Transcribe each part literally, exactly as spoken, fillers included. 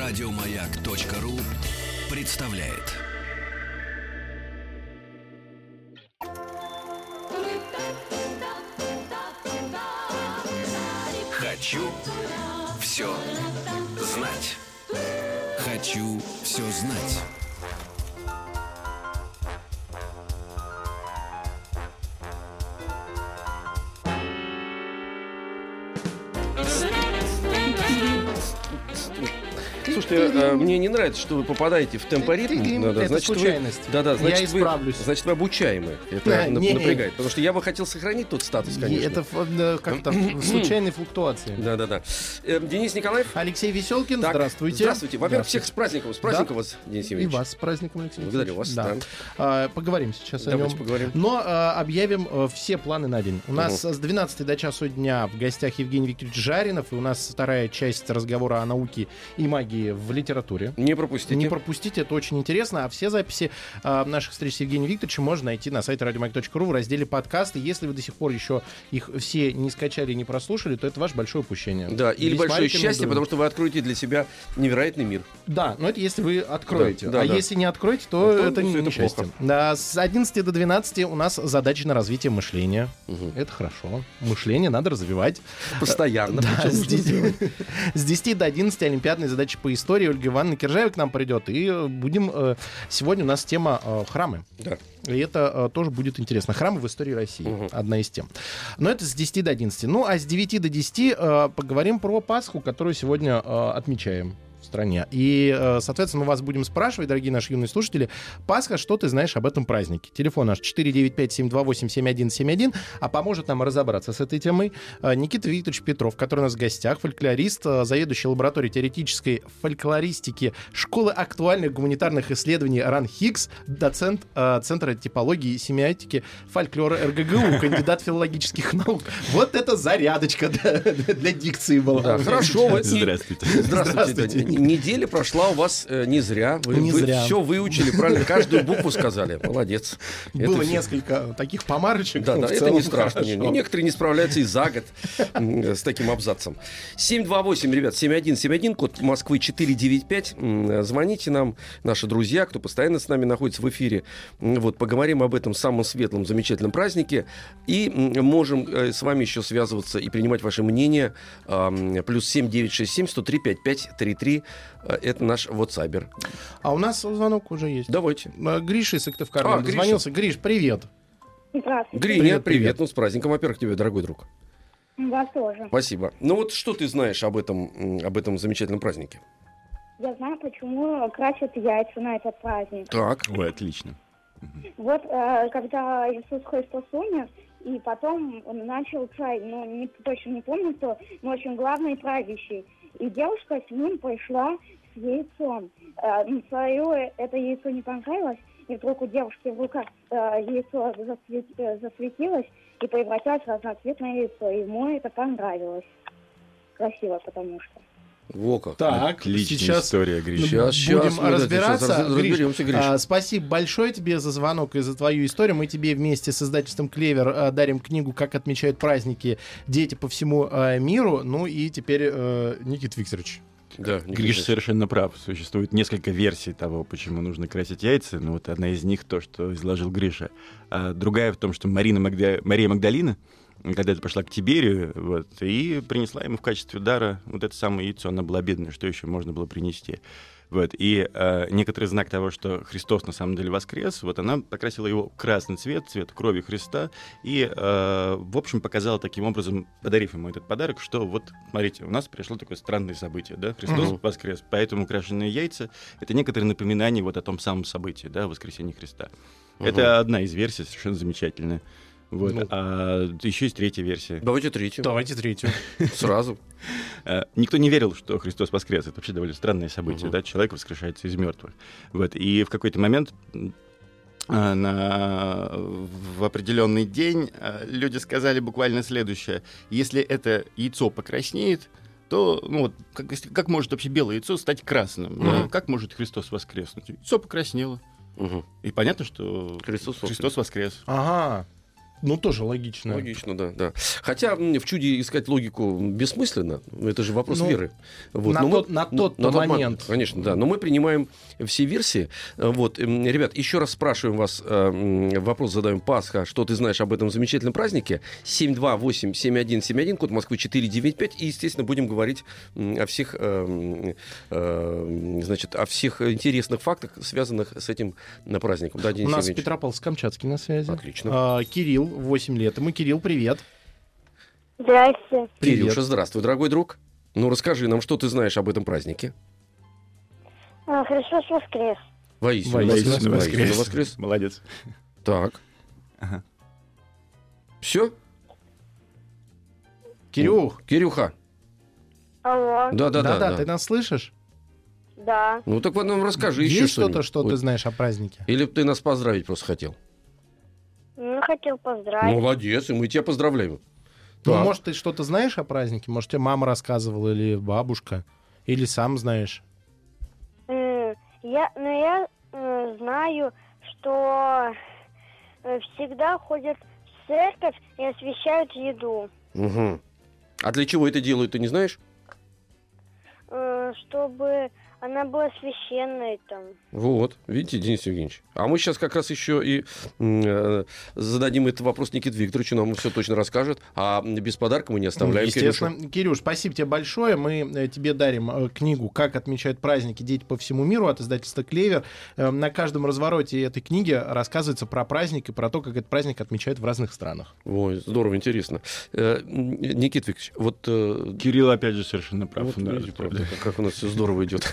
Радиомаяк.ру представляет. Хочу все знать. Хочу все знать. Слушайте, а, мне не нравится, что вы попадаете в темпоритм. Да, да, это значит, случайность. Вы, да, да, значит, я исправлюсь. Вы, значит, вы обучаемы. Это да, нап- не, напрягает. Потому что я бы хотел сохранить тот статус, конечно. Это как-то случайные флуктуации. Да, да, да. Денис Николаев. Алексей Веселкин, так, здравствуйте. Здравствуйте. Во-первых, всех с праздником. С праздником да? вас, Денис Евгеньевич. И вас с праздником, Алексей Благодарю вас. Да. Да. А, поговорим сейчас Давайте о нем. Поговорим. Но а, объявим а, все планы на день. У нас угу. с двенадцатой до часу дня в гостях Евгений Викторович Жаринов. И у нас вторая часть разговора о науке и магии в литературе. Не пропустите. Не пропустите, это очень интересно. А все записи а, наших встреч с Евгением Викторовичем можно найти на сайте радиомаяк точка ру в разделе подкасты. Если вы до сих пор еще их все не скачали и не прослушали, то это ваше большое упущение. Да, или Весьма большое счастье, потому что вы откроете для себя невероятный мир. Да, но это если вы откроете. Да, да, а да. если не откроете, то, а то это не счастье. Да, с одиннадцати до двенадцати у нас задачи на развитие мышления. Угу. Это хорошо. Мышление надо развивать. Постоянно. Да, с десяти до одиннадцати олимпиадные задачи по истории. Ольга Ивановна Киржаева к нам придет. И будем... Сегодня у нас тема храмы. Да. И это тоже будет интересно. Храмы в истории России. Угу. Одна из тем. Но это с десяти до одиннадцати. Ну, а с девяти до десяти поговорим про Пасху, которую сегодня отмечаем в стране. И, соответственно, мы вас будем спрашивать, дорогие наши юные слушатели, Пасха, что ты знаешь об этом празднике? Телефон наш четыре девять пять семь два восемь семь один семь один. А поможет нам разобраться с этой темой Никита Викторович Петров, который у нас в гостях, фольклорист, заведующий лабораторией теоретической фольклористики Школы актуальных гуманитарных исследований РАН-ХИКС, доцент э, Центра типологии и семиотики фольклора эр гэ гэ у, кандидат филологических наук. Вот это зарядочка для, для дикции была. Да, хорошо. Вы... Здравствуйте. Здравствуйте. Неделя прошла у вас э, не зря. Вы, не вы зря. все выучили, правильно, каждую букву сказали. Молодец. Было это несколько все... таких помарочек. Да, да, это не страшно. Не, некоторые не справляются и за год с таким абзацем. семь два восемь, ребят, семь один семь один, код Москвы четыре девять пять. Звоните нам, наши друзья, кто постоянно с нами находится в эфире. Вот, поговорим об этом самом светлом, замечательном празднике. И можем с вами еще связываться и принимать ваше мнение. Плюс семь девять шесть семь сто три пять пять три три. Это наш WhatsApp. А у нас звонок уже есть. Давайте. Гриша из Сыктывкара дозвонился. Гриш, привет. Здравствуйте. Гриня, привет, привет. Ну, с праздником, во-первых, тебе, дорогой друг. Вас тоже. Спасибо. Ну вот что ты знаешь об этом, об этом замечательном празднике? Я знаю, почему красят яйца на этот праздник. Так. Ой, отлично. Вот э, когда Иисус Христос умер, и потом он начал царь, ну, не, точно не помню кто, но очень главный правящий. И девушка с ним пришла с яйцом. Э, ну, царю это яйцо не понравилось, и вдруг у девушки в руках э, яйцо засвет, э, засветилось и превратилось в разноцветное яйцо. И ему это понравилось. Красиво, потому что. Во как. Так, отличная сейчас история, Гриша. Сейчас, сейчас будем разбираться. Сейчас раз, Гриш, Гриш. а, спасибо большое тебе за звонок и за твою историю. Мы тебе вместе с издательством «Клевер» а, дарим книгу «Как отмечают праздники дети по всему а, миру». Ну и теперь а, Никита Викторович. Да, Гриша совершенно прав. Существует несколько версий того, почему нужно красить яйца. Но вот одна из них — то, что изложил Гриша. А другая в том, что Марина Магда... Мария Магдалина когда-то пошла к Тиберию, вот, и принесла ему в качестве дара вот это самое яйцо. Она была бедная, что еще можно было принести. Вот, и э, некоторый знак того, что Христос на самом деле воскрес, вот она покрасила его в красный цвет, цвет крови Христа, и, э, в общем, показала таким образом, подарив ему этот подарок, что вот, смотрите, у нас пришло такое странное событие, да, Христос угу. воскрес, поэтому украшенные яйца — это некоторые напоминания вот о том самом событии, да, воскресения Христа. Угу. Это одна из версий, совершенно замечательная. Вот. Ну, а еще есть третья версия. Давайте третью. Давайте третью. Сразу. Никто не верил, что Христос воскрес. Это вообще довольно странное событие. Uh-huh. Да? Человек воскрешается из мертвых. Вот. И в какой-то момент на... в определенный день люди сказали буквально следующее. Если это яйцо покраснеет, то ну, вот, как, как может вообще белое яйцо стать красным? Uh-huh. Да? Как может Христос воскреснуть? Яйцо покраснело. Uh-huh. И понятно, что Христос, Христос воскрес. Ага. Ну, тоже логично. Логично, да, да. Хотя м, в чуде искать логику бессмысленно. Это же вопрос Ну, веры. Вот. на Но тот- мы- на тот тот момент. Конечно, да. Но мы принимаем все версии. Вот. Эм, Ребят, еще раз спрашиваем вас, э, м, вопрос задаем. Пасха, что ты знаешь об этом замечательном празднике? семь два восемь семь один семь один, код Москвы четыре девять пять. И, естественно, будем говорить м, о всех, э, э, значит, о всех интересных фактах, связанных с этим э, праздником. Да, У Денис нас Евгеньевич? Петропавловск-Камчатский на связи. Отлично. А, Кирилл, восемь лет. Ему Кирилл, привет. Здрасте. Привет. Кирюша, здравствуй, дорогой друг. Ну, расскажи нам, что ты знаешь об этом празднике. А, Христос воскрес. Воистину, Воистину воскрес. воскрес. Воистину воскрес. Молодец. Так. Ага. Все? Кирюх, Кирюха. Алло. Да-да-да. да-да, ты нас слышишь? Да. Ну, так вот нам расскажи Есть еще что-то, что-нибудь. что ты Вот. знаешь о празднике? Или ты нас поздравить просто хотел? Ну, хотел поздравить. Молодец, и мы тебя поздравляем. Ну, Так. может, ты что-то знаешь о празднике? Может, тебе мама рассказывала или бабушка? Или сам знаешь? М, Я, ну, я э, знаю, что э, всегда ходят в церковь и освещают еду, Угу. А для чего это делают, ты не знаешь? э, чтобы она была священной там. Вот, видите, Денис Евгеньевич. А мы сейчас как раз еще и м, э, зададим этот вопрос Никите Викторовичу, нам он все точно расскажет. А без подарка мы не оставляем Кирюшу. Естественно. Кирюш, спасибо тебе большое. Мы э, тебе дарим э, книгу «Как отмечают праздники дети по всему миру» от издательства «Клевер». Э, На каждом развороте этой книги рассказывается про праздник и про то, как этот праздник отмечают в разных странах. Ой, здорово, интересно. Э, Никита Викторович, вот... э, Кирилл опять же совершенно прав. вот да, видите, правда. правда, как у нас все здорово идет.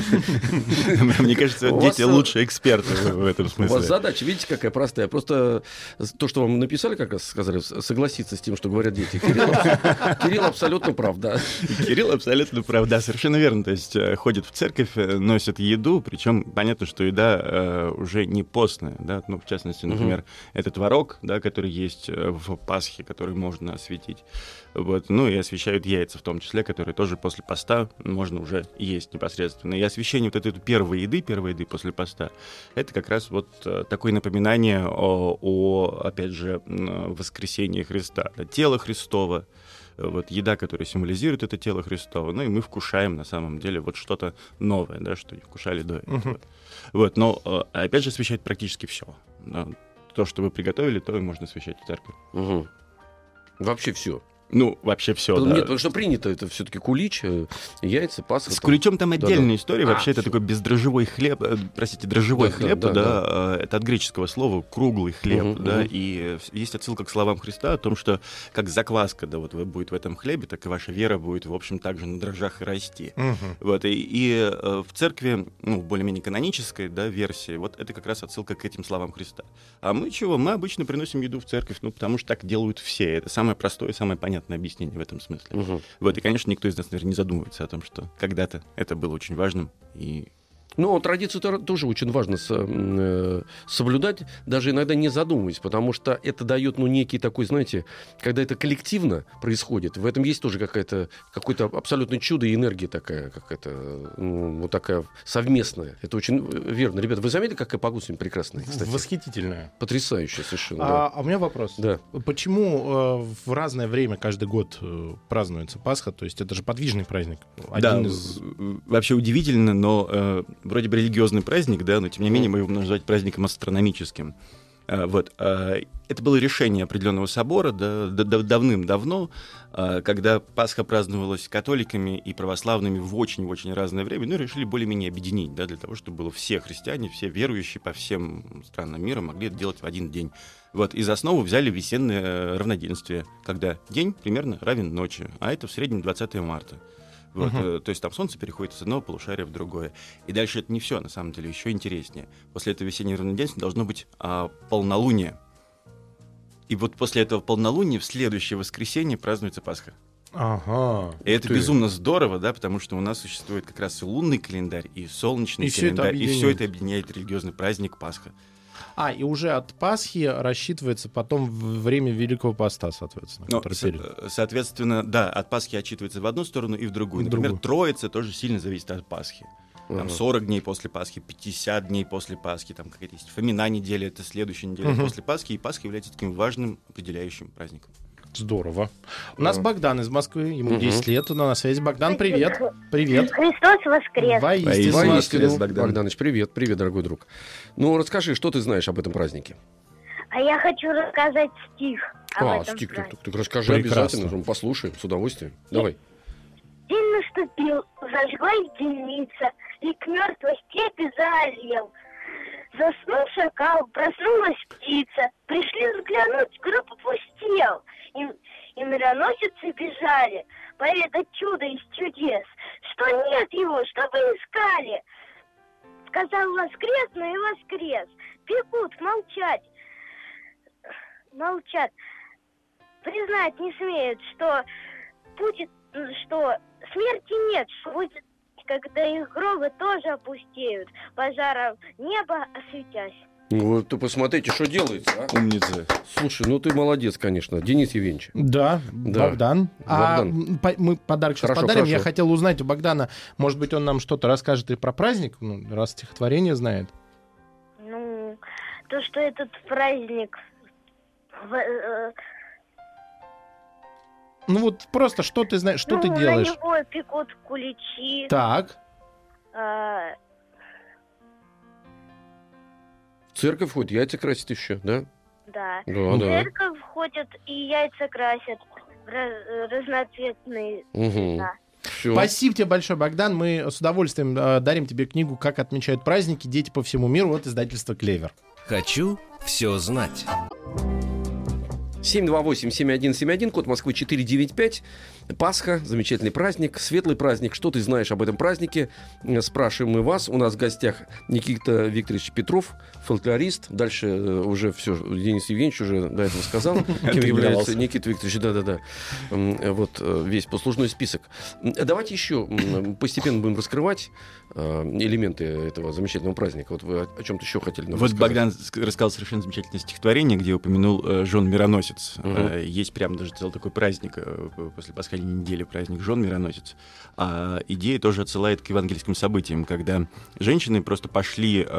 Мне кажется, У дети вас, лучшие эксперты в в этом У вас смысле. задача, видите, какая простая. Просто то, что вам написали, как раз сказали, с- согласиться с тем, что говорят дети. Кирилл, Кирилл абсолютно прав, да. Кирилл абсолютно прав, да, совершенно верно. То есть э, ходят в церковь, э, носят еду, причем понятно, что еда э, уже не постная, да, ну, в частности, например, это творог, да, который есть э, в Пасхе, который можно осветить, вот, ну, и освещают яйца в том числе, которые тоже после поста можно уже есть непосредственно. И освещение вот этой первой еды, первой еды после поста, это как раз вот э, такое напоминание о, о, опять же, м, воскресении Христа, да, тело Христово, вот еда, которая символизирует это тело Христово, ну и мы вкушаем на самом деле вот что-то новое, да, что не вкушали до этого. Мгм. Вот, но э, опять же освещает практически все. То, что вы приготовили, то и можно освещать в церкви. Угу. Вообще все. Ну, вообще все, Нет, да. потому что принято это все-таки кулич, э, яйца, Пасха. С там. куличом там Да-да. отдельная история. А, Вообще это всё. такой бездрожжевой хлеб, э, простите, дрожжевой Да, хлеб, да, да, да, э, это от греческого слова круглый хлеб, Мгм, да, мгм. и э, есть отсылка к словам Христа о том, что как закваска, да, вот вы- будет в этом хлебе, так и ваша вера будет, в общем, также на дрожжах и расти. Вот, и, и э, в церкви, ну, в более-менее канонической, да, версии, вот это как раз отсылка к этим словам Христа. А мы чего? Мы обычно приносим еду в церковь, ну, потому что так делают все. Это самое простое и самое понятное объяснение в этом смысле. Мгм. Вот, и, конечно, никто из нас, наверное, не задумывается о том, что когда-то это было очень важным, и Ну, традицию то- тоже очень важно со- м, э, соблюдать, даже иногда не задумываясь, потому что это дает, ну, некий такой, знаете, когда это коллективно происходит, в этом есть тоже какая-то, какое-то абсолютное чудо и энергия такая, какая-то, ну, вот такая совместная. Это очень э, верно. Ребята, вы заметили, какая погода сегодня прекрасная, кстати? Восхитительная. Потрясающая совершенно, А, да. а у меня вопрос. Да. Почему э, в разное время каждый год э, празднуется Пасха? То есть это же подвижный праздник. да, Один из... в- вообще удивительно, но э, вроде бы религиозный праздник, да, но тем не менее мы его можем назвать праздником астрономическим. А, вот, а, это было решение определенного собора да, да- да- давным-давно, а, когда Пасха праздновалась католиками и православными в очень-очень разное время, ну, решили более-менее объединить, да, для того, чтобы было все христиане, все верующие по всем странам мира могли это делать в один день. Вот, из основы взяли весеннее э, равноденствие, когда день примерно равен ночи, а это в среднем двадцатое марта. Вот, Мгм. э, то есть там солнце переходит из одного полушария в другое. И дальше это не все, на самом деле, еще интереснее. После этого весеннего равноденствия должно быть а, полнолуние. И вот после этого полнолуния в следующее воскресенье празднуется Пасха. Ага. И это ты. безумно здорово, да, потому что у нас существует как раз и лунный календарь, и солнечный И всё это календарь, и все объединяет. это объединяет религиозный праздник Пасха. А, и уже от Пасхи рассчитывается потом в время Великого Поста, соответственно. Но, который со- перед. э, соответственно, да, от Пасхи отчитывается в одну сторону и в другую. В Например, другую. Троица тоже сильно зависит от Пасхи. Там сорок дней после Пасхи, пятьдесят дней после Пасхи, там какая-то есть Фомина неделя, это следующая неделя uh-huh. после Пасхи, и Пасха является таким важным определяющим праздником. Здорово. У нас uh-huh. Богдан из Москвы, ему uh-huh. десять лет, он на связи. Богдан, привет. Привет. Христос воскрес. Воистину, Воистину, Богдан. Богданыч, привет, привет, дорогой друг. Ну, расскажи, что ты знаешь об этом празднике? А я хочу рассказать стих об а, этом стих, празднике. так, так расскажи Прекрасно. Обязательно, мы послушаем с удовольствием. Давай. День наступил, зажглась деница, и к мертвой степи заорел. Заснул шакал, проснулась птица, пришли взглянуть, гроб опустел. И, и мироносицы бежали, поведать чудо из чудес, что нет его, чтобы искали. Сказал воскрес, но и воскрес, бегут молчать, молчат, признать не смеют, что будет, что смерти нет, что будет, когда их гробы тоже опустеют, пожаром неба осветясь. Ну, ты посмотрите, что делается, а? Умница. Слушай, ну ты молодец, конечно, Денис Евгеньевич. Да, Да. Богдан. Богдан. А по- мы подарок сейчас Хорошо, подарим. хорошо. Я хотел узнать у Богдана, может быть, он нам что-то расскажет и про праздник, ну, раз стихотворение знает. Ну, то, что этот праздник в, э, Ну вот просто что ты знаешь, что ну, ты делаешь? на него пекут куличи. Так, э, В церковь ходит, яйца красит еще, да? да. Да, В да. церковь ходят и яйца красят раз- разноцветные. Угу. Да. Все. спасибо тебе большое, Богдан. Мы с удовольствием э, дарим тебе книгу «Как отмечают праздники дети по всему миру» от издательства «Клевер». Хочу все знать. семь два восемь семь один семь один, код Москвы четыре девять пять. Пасха, замечательный праздник, светлый праздник. Что ты знаешь об этом празднике? Э, Спрашиваем мы вас. У нас в гостях Никита Викторович Петров, фольклорист. Дальше э, уже все, Денис Евгеньевич уже до этого сказал, кем является Никита Викторович. Да-да-да. М, э, Вот э, весь послужной список. М, Давайте еще м, постепенно будем раскрывать э, элементы этого замечательного праздника. Вот вы о о чем-то еще хотели нам Вот рассказать. Богдан ск- рассказал совершенно замечательное стихотворение, где упомянул э, жен мироносец. Мгм. Э, есть прям даже целый такой праздник э, после пасхальной недели, праздник жен мироносец. А идея тоже отсылает к евангельским событиям, когда женщины просто пошли э,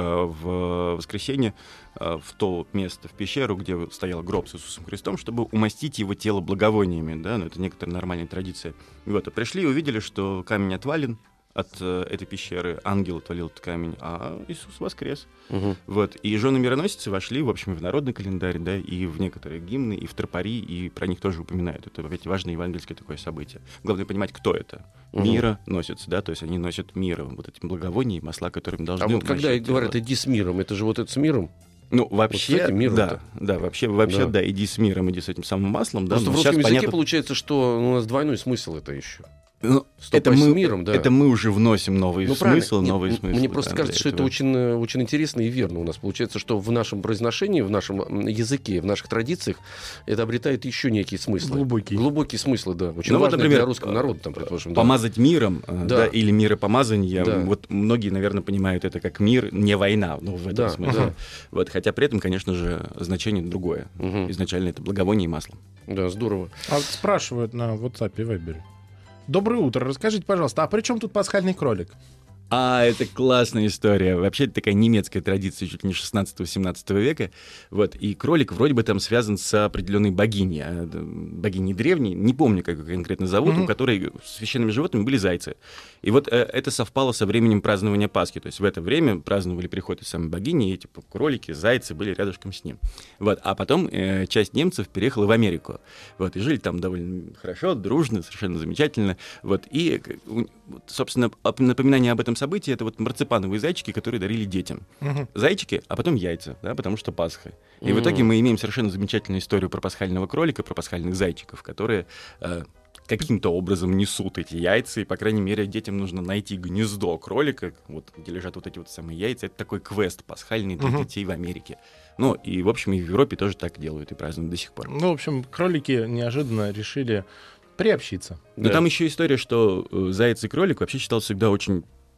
в воскресенье э, в то место, в пещеру, где стоял гроб с Иисусом Христом, чтобы умастить его тело благовониями. Да? Ну, это некоторая нормальная традиция. И вот, а пришли и увидели, что камень отвален от э, этой пещеры, ангел отвалил этот камень, а Иисус воскрес. Мгм. Вот. И жены мироносицы вошли, в общем, в народный календарь, да, и в некоторые гимны, и в тропари, и про них тоже упоминают. Это опять важное евангельское такое событие. Главное понимать, кто это. Мгм. Мира носится, да, то есть они носят мира, вот эти благовония и масла, которыми должны А вот когда умощать говорят тело. «иди с миром», это же вот это с миром? Ну, вообще, с этим миром-то. да, да, вообще, вообще, Да. да. иди с миром, иди с этим самым маслом, да. Просто но в русском сейчас языке понятно- получается, что у нас двойной смысл это еще. Ну, Ступай это с мы, миром, да. это мы уже вносим новый Ну, правильно. смысл, Нет, новый м- смысл. Мне просто да, кажется, для что это этого. очень, э, очень интересно и верно у нас. Получается, что в нашем произношении, в нашем м, языке, в наших традициях это обретает еще некие смыслы. Глубокие. Глубокие смыслы, да. Очень Ну, вот, важные например, для русского народа, там, предположим. да. Помазать миром, э, Да. да. или миропомазание, Да. вот многие, наверное, понимают это как мир, не война, ну, в этом Да, смысле. да. Вот, хотя при этом, конечно же, значение другое. Мгм. Изначально это благовоние и масло. Да, здорово. А вот спрашивают на WhatsApp и Viber. Доброе утро. Расскажите, пожалуйста, а при чем тут пасхальный кролик? А, это классная история. Вообще, это такая немецкая традиция чуть ли не шестнадцатого-семнадцатого века. Вот. И кролик вроде бы там связан с определенной богиней. а, д- Богиней древней, не помню, как ее конкретно зовут, Мгм. у которой священными животными были зайцы. И вот э, это совпало со временем празднования Пасхи. То есть в это время праздновали приход этой самой богини, и эти кролики, зайцы были рядышком с ним. Вот. А потом э, часть немцев переехала в Америку. Вот. И жили там довольно хорошо, дружно, совершенно замечательно. Вот. И, э, у- вот, собственно, оп- напоминание об этом событии — это вот марципановые зайчики, которые дарили детям. Мгм. Зайчики, а потом яйца, да, потому что Пасха. И Мгм. в итоге мы имеем совершенно замечательную историю про пасхального кролика, про пасхальных зайчиков, которые э, каким-то образом несут эти яйца, и, по крайней мере, детям нужно найти гнездо кролика, вот, где лежат вот эти вот самые яйца. Это такой квест пасхальный для Мгм. детей в Америке. Ну, и, в общем, и в Европе тоже так делают и празднуют до сих пор. Ну, в общем, кролики неожиданно решили приобщиться. Но Да. там еще история, что э, заяц и кролик вообще считался всегда очень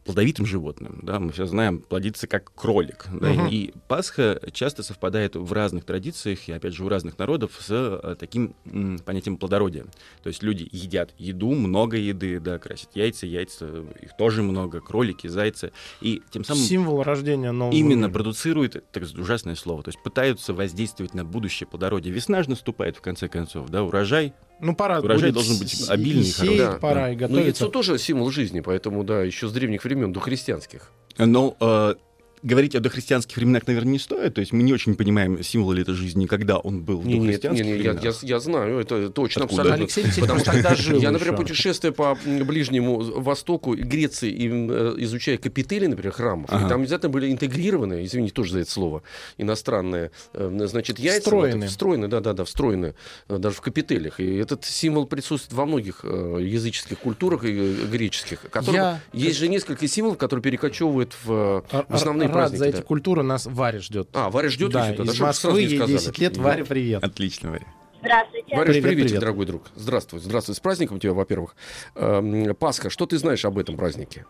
плодовитым животным, да, мы все знаем, плодится как кролик, да, uh-huh. и Пасха часто совпадает в разных традициях и, опять же, у разных народов с а, таким м, понятием плодородия. То есть люди едят еду, много еды, да, красят яйца, яйца, их тоже много, кролики, зайцы, и тем самым... Символ рождения нового Именно мира. продуцирует, так ужасное слово, то есть пытаются воздействовать на будущее плодородие. Весна же наступает, в конце концов, да, урожай. Ну, пора. Урожай должен быть обильный и сеять, хороший. пора, Да. и Но готовиться. яйцо тоже символ жизни, поэтому, да, еще с древних времен, до христианских. Но э, говорить о дохристианских временах, наверное, не стоит. То есть мы не очень понимаем, символ ли это жизни, когда он был в Не, нет, дохристианских не, не, я, временах. я, я знаю, это точно, Откуда? абсолютно. Алексей Алексеевич Потому что тогда жил я, например, еще. путешествуя по Ближнему Востоку, Греции, и э, изучая капители, например, храмов, Ага. и там обязательно были интегрированы, извините тоже за это слово, иностранные, э, значит, яйца. Встроенные. Вот, встроенные, да-да-да, встроенные, э, даже в капителях. И этот символ присутствует во многих э, языческих культурах и э, греческих. Которых, Я- Есть же несколько символов, которые перекочевывают в, э, в основные Рад праздники. за эти да. культуры, нас Варя ждет. А, Варя ждет Да, еще? Да, из чтоб сразу Москвы, не ей сказали. десять лет. Варя, привет. Отлично, Варя. Здравствуйте. Варюш, Привет, приветик, привет. дорогой друг. Здравствуй, здравствуй. С праздником тебя, во-первых. Эм, Пасха. Что ты знаешь об этом празднике?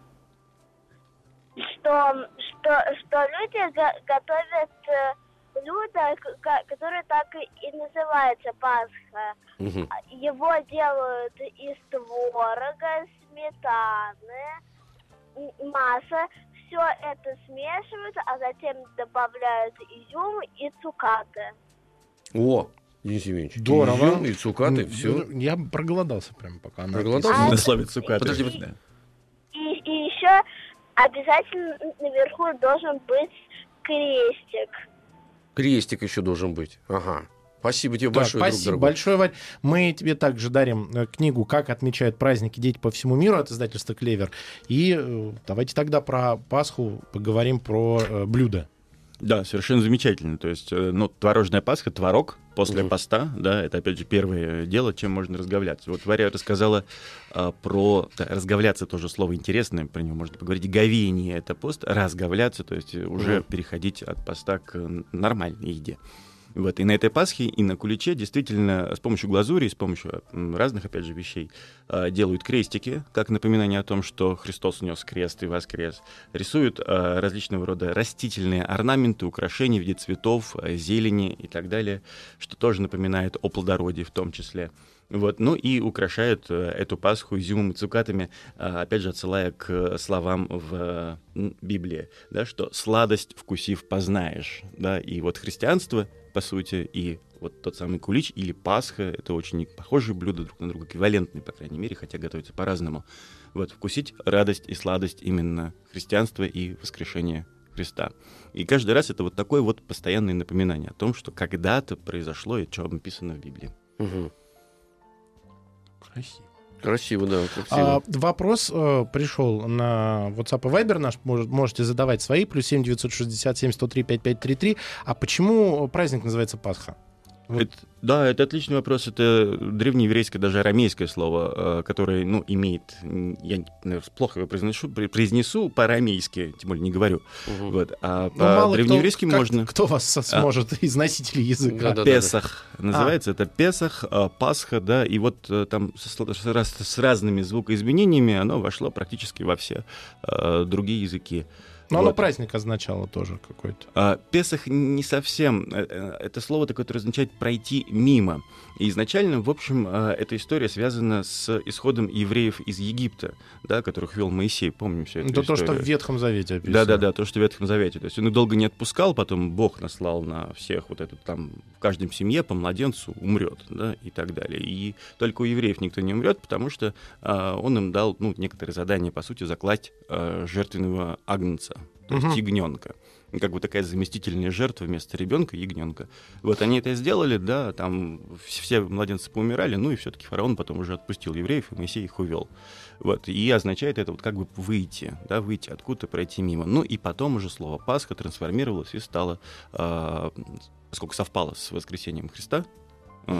Что, что, что люди го- готовят э, блюдо, к- ко- которое так и, и называется Пасха. Мгм. Его делают из творога, сметаны, м- масла. Все это смешивают, а затем добавляют изюм и цукаты. О, Денис Евгеньевич. Здорово. Изюм и цукаты, М, все. Я проголодался прям пока. она Проголодался? описывала. На слове цукаты. Подожди, Да. И, и еще обязательно наверху должен быть крестик. Крестик еще должен быть. Ага. Спасибо тебе Так, большое, друг спасибо дорогой. большое, Варь. Мы тебе также дарим э, книгу «Как отмечают праздники дети по всему миру» от издательства «Клевер». И э, давайте тогда про Пасху поговорим про э, блюда. Да, совершенно замечательно. То есть, э, ну, творожная Пасха, творог после Мгм. поста, да, это, опять же, первое дело, чем можно разговляться. Вот Варя рассказала а, про... да, разговляться тоже слово интересное, про него можно поговорить. Говение — это пост, разговляться, то есть уже Мгм. переходить от поста к нормальной еде. Вот. И на этой Пасхе, и на куличе действительно с помощью глазури, с помощью м, разных, опять же, вещей а, делают крестики, как напоминание о том, что Христос нес крест и воскрес. Рисуют а, различного рода растительные орнаменты, украшения в виде цветов, а, зелени и так далее, что тоже напоминает о плодородии в том числе. Вот. Ну и украшают э, эту Пасху изюмом и цукатами, а, опять же, отсылая к словам в м, Библии, да, что «сладость вкусив познаешь». Да, и вот христианство, по сути, и вот тот самый кулич или Пасха — это очень похожие блюда друг на друга, эквивалентные, по крайней мере, хотя готовятся по-разному. Вот, вкусить радость и сладость именно христианства и воскрешения Христа. И каждый раз это вот такое вот постоянное напоминание о том, что когда-то произошло и что написано в Библии. Мгм. Красиво. Красиво, да. Красиво. А, вопрос э, пришел на WhatsApp и Viber наш. Может, можете задавать свои. Плюс семь девятьсот шестьдесят семь сто три пятьдесят пять тридцать три. А почему праздник называется Пасха? Вот. Это- да, это отличный вопрос. Это древнееврейское, даже арамейское слово, э, которое, ну, имеет... м, Я, наверное, плохо его произнесу, при- произнесу по-арамейски, тем более не говорю. Мгм. Вот. А Ну, мало по-древнееврейски кто, как- можно... кто вас со- сможет из носителей языка? Да-да-да. Песах называется, это Песах, а, Пасха, да, и вот э, там со сл- с, раз- с разными звукоизменениями оно вошло практически во все э, другие языки. Но оно Вот. праздник означало тоже какой-то. А, Песах не совсем. э, э, Это слово такое, которое означает «пройти мимо». И изначально, в общем, э, эта история связана с исходом евреев из Египта, да, которых вел Моисей. Помним все это. Это то, что в Ветхом Завете описано. Да-да-да, то, что в Ветхом Завете. То есть он их долго не отпускал, потом Бог наслал на всех вот этот там, в каждом семье по младенцу умрет, да, и так далее. И только у евреев никто не умрет, потому что а, он им дал, ну, некоторые задания, по сути, закласть а, жертвенного агнца, то есть Мгм. ягненка. Как бы такая заместительная жертва вместо ребенка, ягненка. Вот они это сделали, да, там вс- все младенцы поумирали, ну и все-таки фараон потом уже отпустил евреев, и Моисей их увел. Вот, и означает это вот как бы выйти, да, выйти откуда-то, пройти мимо. Ну и потом уже слово Пасха трансформировалось и стало, а, поскольку совпало с воскресением Христа, а,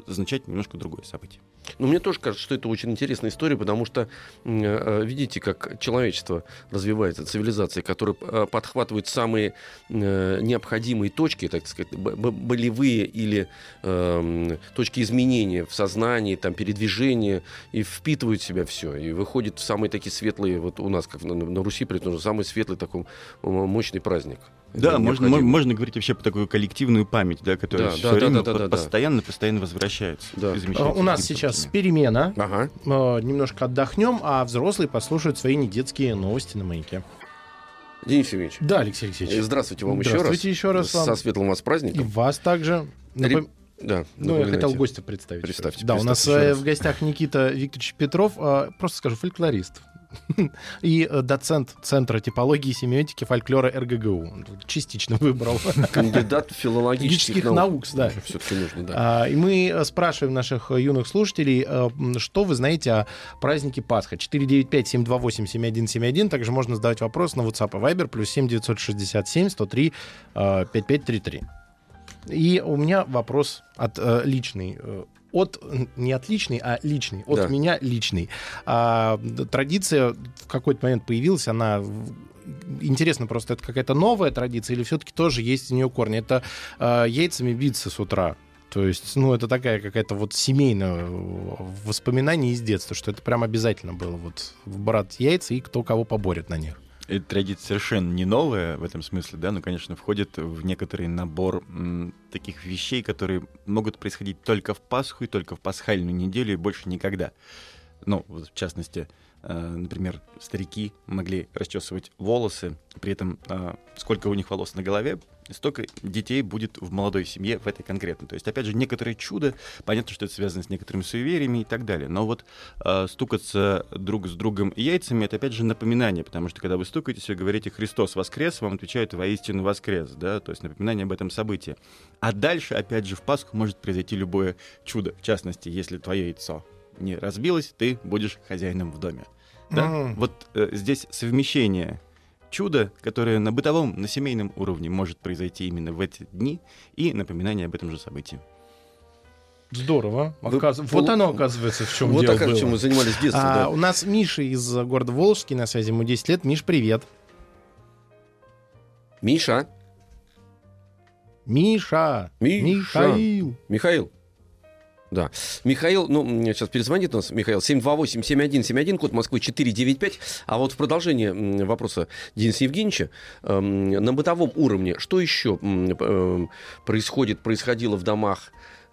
может означать немножко другое событие. Ну, мне тоже кажется, что это очень интересная история, потому что э, видите, как человечество развивается, цивилизация, которая э, подхватывает самые э, необходимые точки, так сказать, б- болевые или э, точки изменения в сознании, там, передвижения, и впитывает в себя все, и выходит в самые такие светлые, вот у нас, как на, на Руси, при том же, самый светлый такой мощный праздник. Да, можно, можно говорить вообще про такую коллективную память, да, которая да, все да, время да, да, да, постоянно, постоянно возвращается. Да. У нас сейчас перемена. Ага. Немножко отдохнем, а взрослые послушают свои недетские новости на «Маяке». Денис Евгеньевич. Да, Алексей Алексеевич. Здравствуйте вам Здравствуйте еще раз. еще раз вам. Со светлым вас праздником. И вас также. Напом... Да, ну, я хотел гостя представить. Представьте. Да, у нас представьте в гостях Никита Викторович Петров, просто скажу, фольклорист. И доцент Центра типологии и семиотики фольклора эр гэ гэ у. Частично выбрал. Кандидат филологических наук. наук, да. Все-таки нужно, да. А, и мы спрашиваем наших юных слушателей, что вы знаете о празднике Пасха. четыре девять пять семь два восемь семь один семь один. Также можно задавать вопрос на WhatsApp и Viber. Плюс семь девятьсот шестьдесят семь сто три пятьдесят пять тридцать три. И у меня вопрос от э, личный. От, не от личный, а личный. От Да. меня личный. А, традиция в какой-то момент появилась, она... Интересно, просто это какая-то новая традиция или все-таки тоже есть у нее корни? Это э, яйцами биться с утра. То есть, ну, это такая какая-то вот семейное воспоминание из детства, что это прям обязательно было. Вот брать яйца и кто кого поборет на них. Эта традиция совершенно не новая в этом смысле, да, но, конечно, входит в некоторый набор м, таких вещей, которые могут происходить только в Пасху и только в пасхальную неделю и больше никогда. Ну, вот в частности, э, например, старики могли расчесывать волосы, при этом э, сколько у них волос на голове, столько детей будет в молодой семье в этой конкретно. То есть, опять же, некоторое чудо, понятно, что это связано с некоторыми суевериями и так далее, но вот э, стукаться друг с другом яйцами — это, опять же, напоминание, потому что, когда вы стукаетесь, вы говорите «Христос воскрес», вам отвечают «Воистину воскрес», да, то есть напоминание об этом событии. А дальше, опять же, в Пасху может произойти любое чудо, в частности, если твое яйцо не разбилось, ты будешь хозяином в доме. Да? Mm. Вот э, здесь совмещение чудо, которое на бытовом, на семейном уровне может произойти именно в эти дни, и напоминание об этом же событии. Здорово. Вы... Оказ... Вот оно, оказывается, в чем вот дело так, было. чем мы занимались в детстве. А, да. У нас Миша из города Волжский на связи, ему десять лет. Миш, привет. Миша. Миша. Миша. Михаил. Михаил. Да. Михаил, ну, сейчас перезвонит у нас Михаил, семь два восемь семь один семь один, код Москвы четыре девять пять. А вот в продолжение вопроса Дениса Евгеньевича, э, на бытовом уровне, что еще э, происходит, происходило в домах?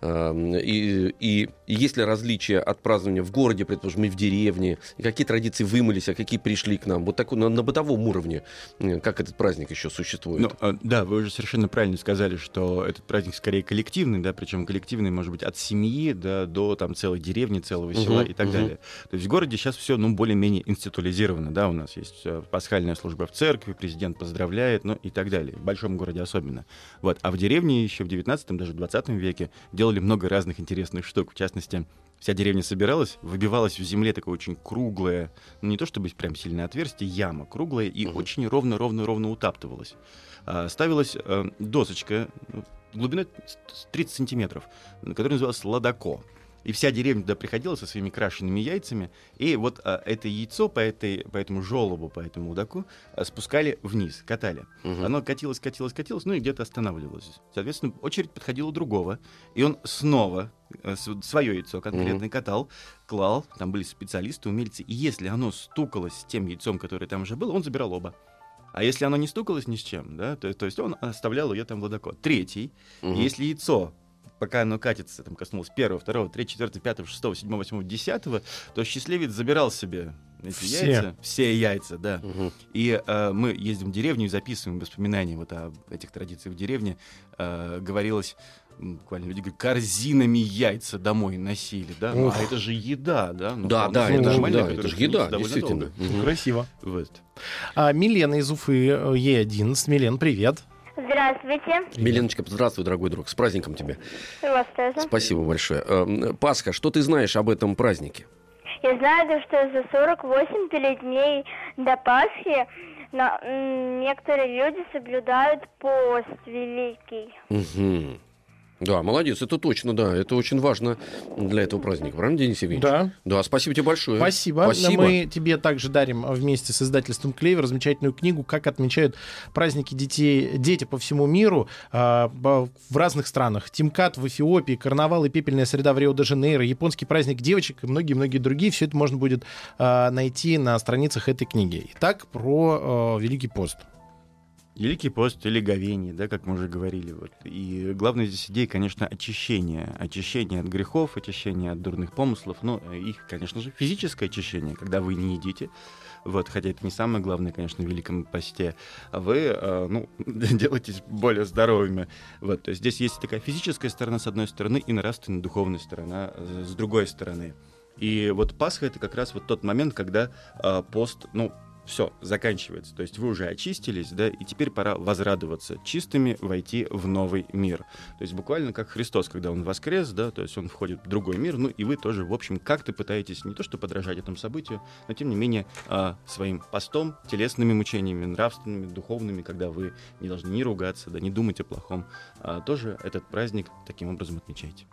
И, и, и есть ли различия от празднования в городе, предположим, и в деревне? И какие традиции вымылись, а какие пришли к нам? Вот так на, на бытовом уровне, как этот праздник еще существует? Ну, да, вы уже совершенно правильно сказали, что этот праздник скорее коллективный, да, причем коллективный может быть от семьи, да, до там, целой деревни, целого села uh-huh, и так uh-huh. далее. То есть в городе сейчас все ну, более-менее институализировано. Да, у нас есть пасхальная служба в церкви, президент поздравляет, ну и так далее. В большом городе особенно. Вот. А в деревне еще в девятнадцатом, даже в двадцатом веке делали много разных интересных штук. В частности, вся деревня собиралась, выбивалась в земле такое очень круглое, ну не то чтобы прям сильное отверстие, яма круглая, и uh-huh. очень ровно-ровно-ровно утаптывалась. А, ставилась а, досочка глубиной тридцать сантиметров, которая называлась ладоко. И вся деревня туда приходила со своими крашенными яйцами, и вот а, это яйцо по, этой, по этому желобу, по этому ладоку а, спускали вниз, катали. Uh-huh. Оно катилось, катилось, катилось, ну и где-то останавливалось. Соответственно, очередь подходила другого, и он снова а, свое яйцо конкретно uh-huh. катал, клал, там были специалисты, умельцы, и если оно стукалось с тем яйцом, которое там уже было, он забирал оба. А если оно не стукалось ни с чем, да, то, то есть он оставлял ее там в ладоко. Третий, uh-huh. если яйцо, пока оно катится, там коснулось первого, второго, третьего, четвертого, пятого, шестого, седьмого, восьмого, десятого, то счастливец забирал себе эти все. яйца, все яйца, да. Угу. И э, мы ездим в деревню и записываем воспоминания вот об этих традициях в деревне. Э, говорилось, буквально люди говорят, корзинами яйца домой носили, да. Ну, а это же еда, да. Ну, да, да, это, нормально, да, это же еда, действительно. Угу. Красиво. Вот. А, Милена из Уфы, Е одиннадцать. Милен, привет. Здравствуйте. Миленочка, здравствуй, дорогой друг. С праздником тебя. Вас тоже. Спасибо большое. Пасха, что ты знаешь об этом празднике? Я знаю, что за сорок восемь дней до Пасхи на, м, некоторые люди соблюдают пост великий. Угу. Да, молодец, это точно, да. Это очень важно для этого праздника. Правильно, Денис Евгеньевич? Да. Да, спасибо тебе большое. Спасибо. Спасибо. Мы тебе также дарим вместе с издательством «Клевер» замечательную книгу «Как отмечают праздники детей, дети по всему миру э, в разных странах». Тимкат в Эфиопии, карнавал и пепельная среда в Рио-де-Жанейро, японский праздник девочек и многие-многие другие. Все это можно будет э, найти на страницах этой книги. Итак, про э, Великий пост. Великий пост или говение, да, как мы уже говорили. Вот. И главная здесь идея, конечно, очищение. Очищение от грехов, очищение от дурных помыслов. Но их, конечно же, физическое очищение, когда вы не едите. Вот, хотя это не самое главное, конечно, в Великом посте. А вы э, ну, делаетесь более здоровыми. Вот, то есть здесь есть такая физическая сторона с одной стороны и нравственная, духовная сторона с другой стороны. И вот Пасха — это как раз вот тот момент, когда э, пост, ну, все, заканчивается. То есть вы уже очистились, да, и теперь пора возрадоваться, чистыми войти в новый мир. То есть буквально как Христос, когда Он воскрес, да, то есть Он входит в другой мир, ну и вы тоже, в общем, как-то пытаетесь не то что подражать этому событию, но тем не менее а, своим постом, телесными мучениями, нравственными, духовными, когда вы не должны ни ругаться, да, не думать о плохом, а, тоже этот праздник таким образом отмечаете.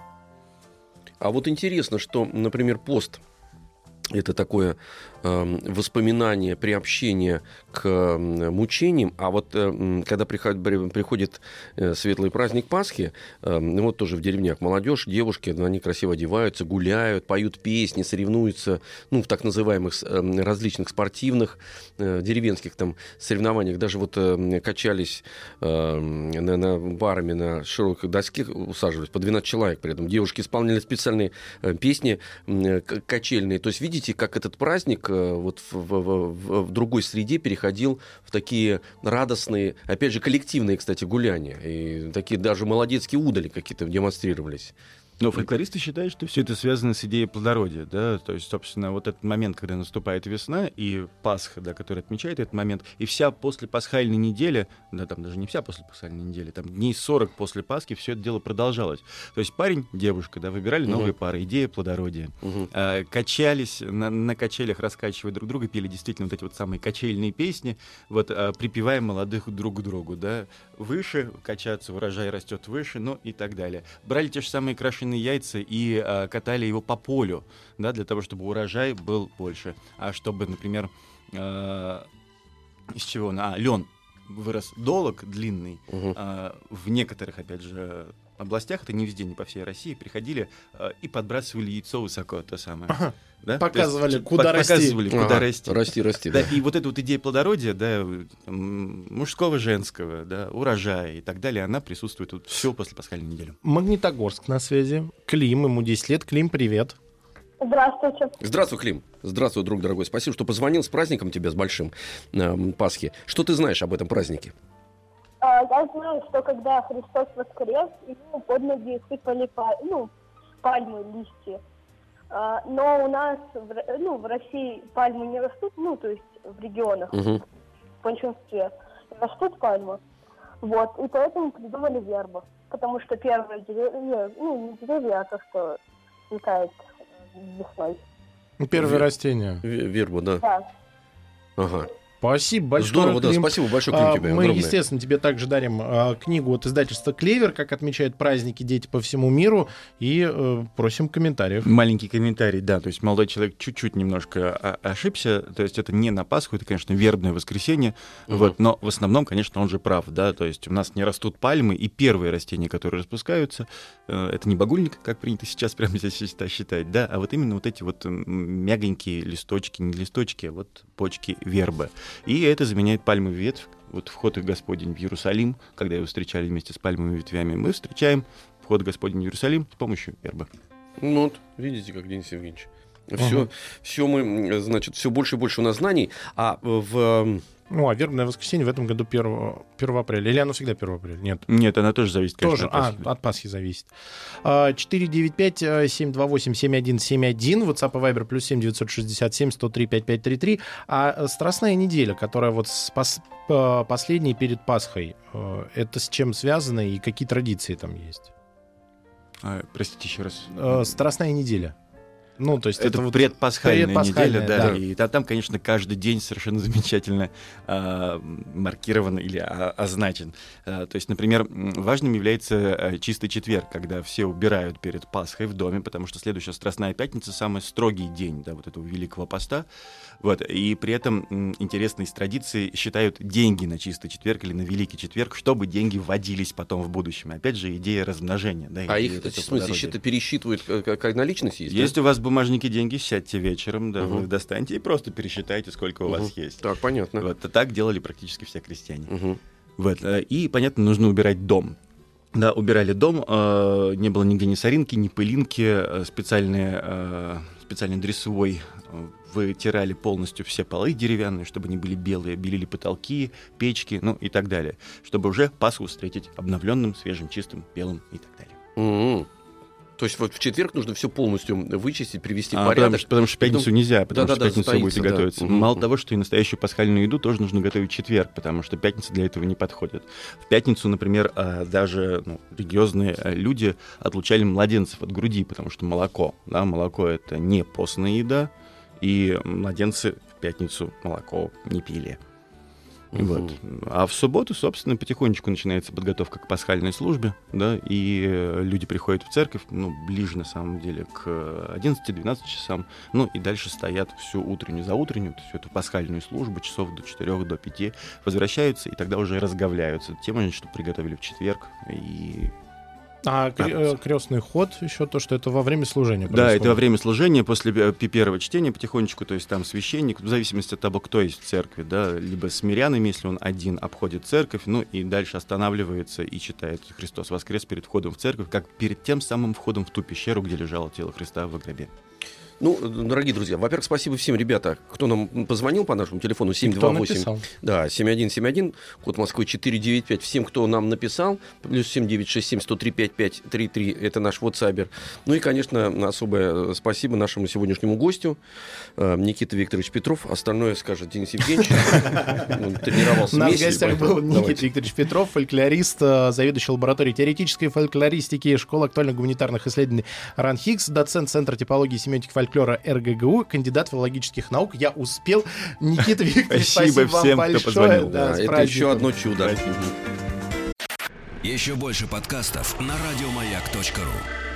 А вот интересно, что, например, пост — это такое э, воспоминание, приобщение к э, мучениям. А вот э, когда приходит, приходит э, светлый праздник Пасхи, э, вот тоже в деревнях молодежь, девушки, они красиво одеваются, гуляют, поют песни, соревнуются, ну, в так называемых э, различных спортивных, э, деревенских там соревнованиях. Даже вот э, качались э, на, на барами на широкой доске, усаживались по двенадцать человек при этом. Девушки исполняли специальные э, песни э, качельные. То есть, видите, как этот праздник э, вот в, в, в, в другой среде переходил в такие радостные, опять же, коллективные, кстати, гуляния. И такие даже молодецкие удали какие-то демонстрировались. Но фольклористы считают, что все это связано с идеей плодородия, да, то есть, собственно, вот этот момент, когда наступает весна, и Пасха, да, который отмечает этот момент, и вся послепасхальная неделя, да, там даже не вся послепасхальная неделя, там дней сорок после Пасхи все это дело продолжалось. То есть парень, девушка, да, выбирали uh-huh. новые пары, идея плодородия, uh-huh. а, качались на, на качелях, раскачивая друг друга, пели действительно вот эти вот самые качельные песни, вот, а, припевая молодых друг к другу, да, выше качаться, урожай растет выше, ну и так далее. Брали те же самые крашеные яйца и а, катали его по полю, да, для того, чтобы урожай был больше. А чтобы, например, а, из чего? А, лен вырос долог длинный. Угу. А, в некоторых, опять же, областях, это не везде, не по всей России, приходили а, и подбрасывали яйцо высоко, то самое. Ага. Да? Показывали, есть, куда по- расти. Показывали, куда ага, расти. Расти, расти. Да, Да. и вот эта вот идея плодородия, да, мужского, женского, да, урожая и так далее, она присутствует вот всю после пасхальной недели. Магнитогорск на связи. Клим, ему десять лет. Клим, привет. Здравствуйте. Здравствуй, Клим. Здравствуй, друг дорогой. Спасибо, что позвонил. С праздником тебя, с большим, э, Пасхи. Что ты знаешь об этом празднике? А, я знаю, что когда Христос воскрес, ему под ноги сыпали па- ну, пальмы, листья. А, но у нас в, ну, в России пальмы не растут, ну, то есть в регионах, Угу. в большинстве растут пальмы. Вот, и поэтому придумали вербу. Потому что первые деревья, ну, не деревья, а то, что цветает весной. Первое Вер- растение. В- Верба, да. Да. Ага. Спасибо большое, Здорово, да. Клим. Спасибо большое, Клим, А, тебе. Мы, огромное. естественно, тебе также дарим а, книгу от издательства «Клевер», как отмечают праздники дети по всему миру, и э, просим комментариев. Маленький комментарий, да, то есть молодой человек чуть-чуть немножко о- ошибся, то есть это не на Пасху, это, конечно, вербное воскресенье, Мгм. вот, но в основном, конечно, он же прав, да, то есть у нас не растут пальмы, и первые растения, которые распускаются, э, это не багульник, как принято сейчас прямо здесь считать, да, а вот именно вот эти вот м, мягонькие листочки, не листочки, а вот почки вербы. И это заменяет пальмовую ветвь. Вот вход Господень в Иерусалим, когда его встречали вместе с пальмовыми ветвями, мы встречаем вход Господень в Иерусалим с помощью вербы. Ну вот, видите, как Денис Евгеньевич. Все, Ага. все мы, значит, все больше и больше у нас знаний. А в... Ну, а вербное воскресенье в этом году первого апреля. Или оно всегда первого апреля? Нет. Нет, она тоже зависит, конечно, Тоже, от а, Пасхи. от Пасхи зависит. четыре девять пять семь два восемь семь один семь один, WhatsApp и Viber плюс семь девятьсот шестьдесят семь сто три пятьдесят пять тридцать три. А э, Страстная неделя, которая вот с пос- э, последней перед Пасхой, э, это с чем связано и какие традиции там есть? А, простите еще раз. Э, Страстная неделя. Ну, то есть это, это вот предпасхальная, предпасхальная, неделя, да. да. И там, там, конечно, каждый день совершенно замечательно а, маркирован или а, означен. А, то есть, например, важным является а, чистый четверг, когда все убирают перед Пасхой в доме, потому что следующая Страстная пятница — самый строгий день, да, вот этого Великого Поста. Вот. И при этом м, интересно, из традиции считают деньги на чистый четверг или на Великий четверг, чтобы деньги вводились потом в будущем. Опять же, идея размножения. Да, А идея их, вот в этого смысле, плодородия. счета пересчитывают как, как наличность есть? Есть да? у вас в бумажнике деньги, сядьте вечером, да, Угу. вы их достаньте и просто пересчитайте, сколько у Угу. вас есть. Так, понятно. Вот, а так делали практически все крестьяне. Угу. Вот, э, и, понятно, нужно убирать дом. Да, убирали дом, э, не было нигде ни соринки, ни пылинки, э, специальные, э, специальный дрессовой э, вытирали полностью все полы деревянные, чтобы они были белые, белили потолки, печки, ну и так далее, чтобы уже Пасху встретить обновленным, свежим, чистым, белым и так далее. М-м. То есть вот в четверг нужно все полностью вычистить, привести А, в порядок. потому, что, потому что в пятницу Потом- нельзя, потому Да-да-да, что в пятницу вы будете стоится, да. готовиться. Мгм. Мало того, что и настоящую пасхальную еду тоже нужно готовить в четверг, потому что пятница для этого не подходит. В пятницу, например, а, даже ну, религиозные а, люди отлучали младенцев от груди, потому что молоко, да, молоко — это не постная еда, и младенцы в пятницу молоко не пили. Мгм. Вот. А в субботу, собственно, потихонечку начинается подготовка к пасхальной службе, да, и э, люди приходят в церковь, ну, ближе, на самом деле, к одиннадцати-двенадцати часам, ну, и дальше стоят всю утреннюю, за утреннюю, всю эту пасхальную службу, часов до четырёх, до пяти, возвращаются, и тогда уже разговляются тем, что приготовили в четверг, и... А кре- э, крестный ход еще то, что это во время служения Да, происходит. это во время служения, после э, пи- первого чтения потихонечку, то есть там священник, в зависимости от того, кто есть в церкви, да, либо с мирянами, если он один, обходит церковь, ну и дальше останавливается и читает «Христос воскрес» перед входом в церковь, как перед тем самым входом в ту пещеру, где лежало тело Христа во гробе. Ну, дорогие друзья, во-первых, спасибо всем, ребята, кто нам позвонил по нашему телефону семь два восемь. написал. Да, семь один семь один, код Москвы четыре девять пять. Всем, кто нам написал, плюс семь девять шесть семь сто три пять пять три три, это наш WhatsApp. Ну и, конечно, особое спасибо нашему сегодняшнему гостю, э, Никита Викторович Петров. Остальное скажет Денис Евгеньевич. Он тренировался У нас в вместе, гостях поэтому был Никита давайте. Викторович Петров, фольклорист, э, заведующий лабораторией теоретической фольклористики Школы актуально-гуманитарных исследований РАН Хикс, доцент Центра типологии и семиотики фольклора эр гэ гэ у, кандидат филологических наук. Я успел. Никита Викторович, Спасибо спасибо всем, вам кто большое. позвонил. Да, Да, с это праздником. еще одно чудо. Еще больше подкастов на радиомаяк точка ру.